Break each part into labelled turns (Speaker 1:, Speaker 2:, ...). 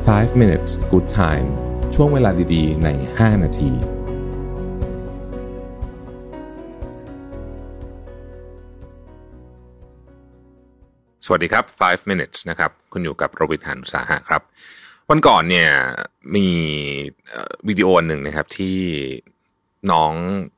Speaker 1: 5 minutes good time ช่วงเวลาดีๆใน5นาทีสวัสดีครับ5 minutes นะครับคุณอยู่กับโรบิน หาญอุตสาหะครับวันก่อนเนี่ยมีวิดีโอหนึ่งนะครับที่น้อง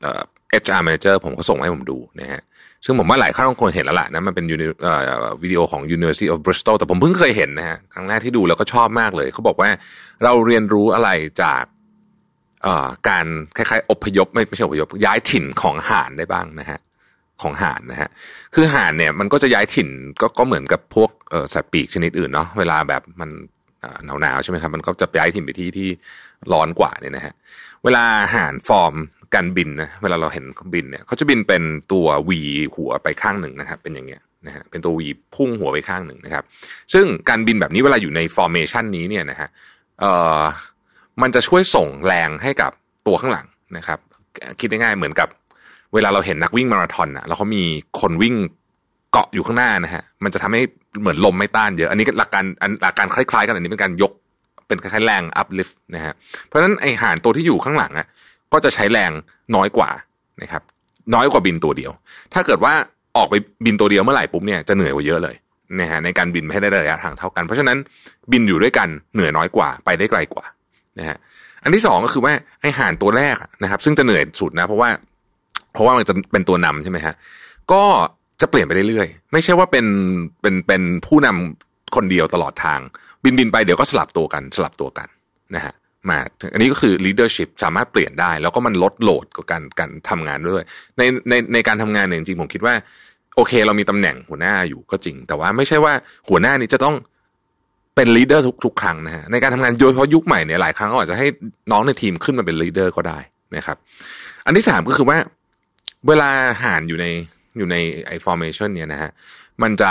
Speaker 1: HR Manager ผมก็ส่งให้ผมดูนะฮะซึ่งผมว่าหลายท่านคงเห็นแล้วล่ะนะมันเป็นวิดีโอของ University of Bristol แต่ผมเพิ่งเคยเห็นนะฮะครั้งแรกที่ดูแล้วก็ชอบมากเลยเขาบอกว่าเราเรียนรู้อะไรจากการคล้ายๆอพยพไม่ใช่อพยพย้ายถิ่นของห่านได้บ้างนะฮะของห่านนะฮะคือห่านเนี่ยมันก็จะย้ายถิ่นก็เหมือนกับพวกสัตว์ปีกชนิดอื่นเนาะเวลาแบบมันหนาวใช่ไหมครับมันก็จะย้ายถิ่นไปที่ร้อนกว่าเนี่ยนะฮะเวลาห่านฟอร์มการบินนะเวลาเราเห็นเขาบินเนี่ยเขาจะบินเป็นตัววีหัวไปข้างหนึ่งนะครับเป็นอย่างเงี้ยนะฮะเป็นตัววีพุ่งหัวไปข้างหนึ่งนะครับซึ่งการบินแบบนี้เวลาอยู่ในฟอร์เมชันนี้เนี่ยนะฮะมันจะช่วยส่งแรงให้กับตัวข้างหลังนะครับคิดง่ายๆเหมือนกับเวลาเราเห็นนักวิ่งมาราธอนแล้วเขามีคนวิ่งเกาะอยู่ข้างหน้านะฮะมันจะทำให้เหมือนลมไม่ต้านเยอะอันนี้หลักการคล้ายๆกันอันนี้เป็นการยกเป็นคล้ายๆแรง uplift นะฮะเพราะฉะนั้นไอห่านตัวที่อยู่ข้างหลังก็จะใช้แรงน้อยกว่านะครับน้อยกว่าบินตัวเดียวถ้าเกิดว่าออกไปบินตัวเดียวเมื่อไหร่ปุ๊บเนี่ยจะเหนื่อยกว่าเยอะเลยนะฮะในการบินให้ได้ระยะทางเท่ากันเพราะฉะนั้นบินอยู่ด้วยกันเหนื่อยน้อยกว่าไปได้ไกลกว่านะฮะอันที่สองก็คือว่าไอห่านตัวแรกนะครับซึ่งจะเหนื่อยสุดนะเพราะว่ามันจะเป็นตัวนำใช่ไหมฮะก็จะเปลี่ยนไปเรื่อยๆไม่ใช่ว่าเป็นผู้นำคนเดียวตลอดทางบินไปเดี๋ยวก็สลับตัวกันนะฮะมาอันนี้ก็คือ leadership สามารถเปลี่ยนได้แล้วก็มันลดโหลดกับการทำงานด้วยในการทำงานเนี่ยจริงๆผมคิดว่าโอเคเรามีตำแหน่งหัวหน้าอยู่ก็จริงแต่ว่าไม่ใช่ว่าหัวหน้านี้จะต้องเป็น leader ทุกครั้งนะฮะในการทำงานโดยเฉพาะยุคใหม่เนี่ยหลายครั้งก็อาจจะให้น้องในทีมขึ้นมาเป็น leader ก็ได้นะครับอันที่สามก็คือว่าเวลาห่านอยู่ในไอ้ formation เนี่ยนะฮะมันจะ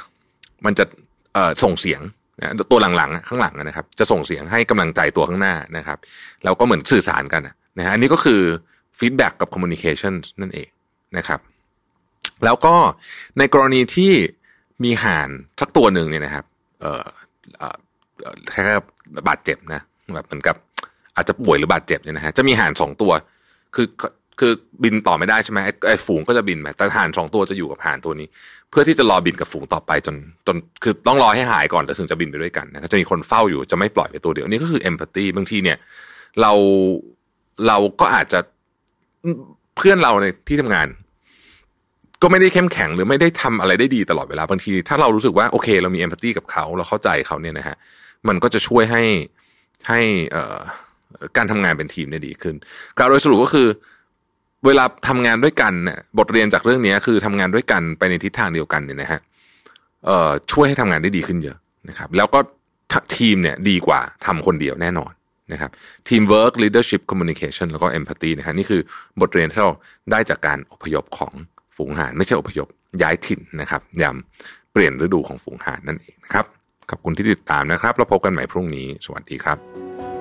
Speaker 1: ส่งเสียงตัวหลังๆข้างหลังนะครับจะส่งเสียงให้กำลังใจตัวข้างหน้านะครับแล้วก็เหมือนสื่อสารกันนะฮะอันนี้ก็คือ feedback กับ communication นั่นเองนะครับแล้วก็ในกรณีที่มีห่านสักตัวหนึ่งเนี่ยนะครับแค่บาดเจ็บนะแบบเหมือนกับอาจจะป่วยหรือบาดเจ็บเนี่ยนะฮะจะมีห่าน2ตัวคือบินต่อไม่ได้ใช่ไหมไอ้ฝูงก็จะบินไปแต่ห่าน2ตัวจะอยู่กับห่านตัวนี้เพื่อที่จะรอบินกับฝูงต่อไปจนคือต้องรอให้หายก่อนแล้วถึงจะบินไปด้วยกันนะครับจะมีคนเฝ้าอยู่จะไม่ปล่อยไปตัวเดียวนี่ก็คือ empathy บางทีเนี่ยเราก็อาจจะเพื่อนเราในที่ทำงานก็ไม่ได้เข้มแข็งหรือไม่ได้ทำอะไรได้ดีตลอดเวลาบางทีถ้าเรารู้สึกว่าโอเคเรามี empathy กับเขาเราเข้าใจเขาเนี่ยนะฮะมันก็จะช่วยให้การทำงานเป็นทีมได้ดีขึ้นกล่าวโดยสรุปก็คือเวลาทำงานด้วยกันเนี่ยบทเรียนจากเรื่องนี้คือทำงานด้วยกันไปในทิศทางเดียวกันเนี่ยนะฮะช่วยให้ทำงานได้ดีขึ้นเยอะนะครับแล้วก็ทีมเนี่ยดีกว่าทำคนเดียวแน่นอนนะครับ Teamwork Leadership Communication แล้วก็ Empathy นะฮะนี่คือบทเรียนที่เราได้จากการอพยพของฝูงห่านไม่ใช่อพยพย้ายถิ่นนะครับยามเปลี่ยนฤดูของฝูงห่านนั่นเองนะครับขอบคุณที่ติดตามนะครับแล้วพบกันใหม่พรุ่งนี้สวัสดีครับ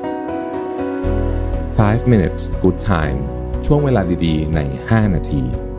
Speaker 1: 5 minutes good time ช่วงเวลาดีๆใน5นาที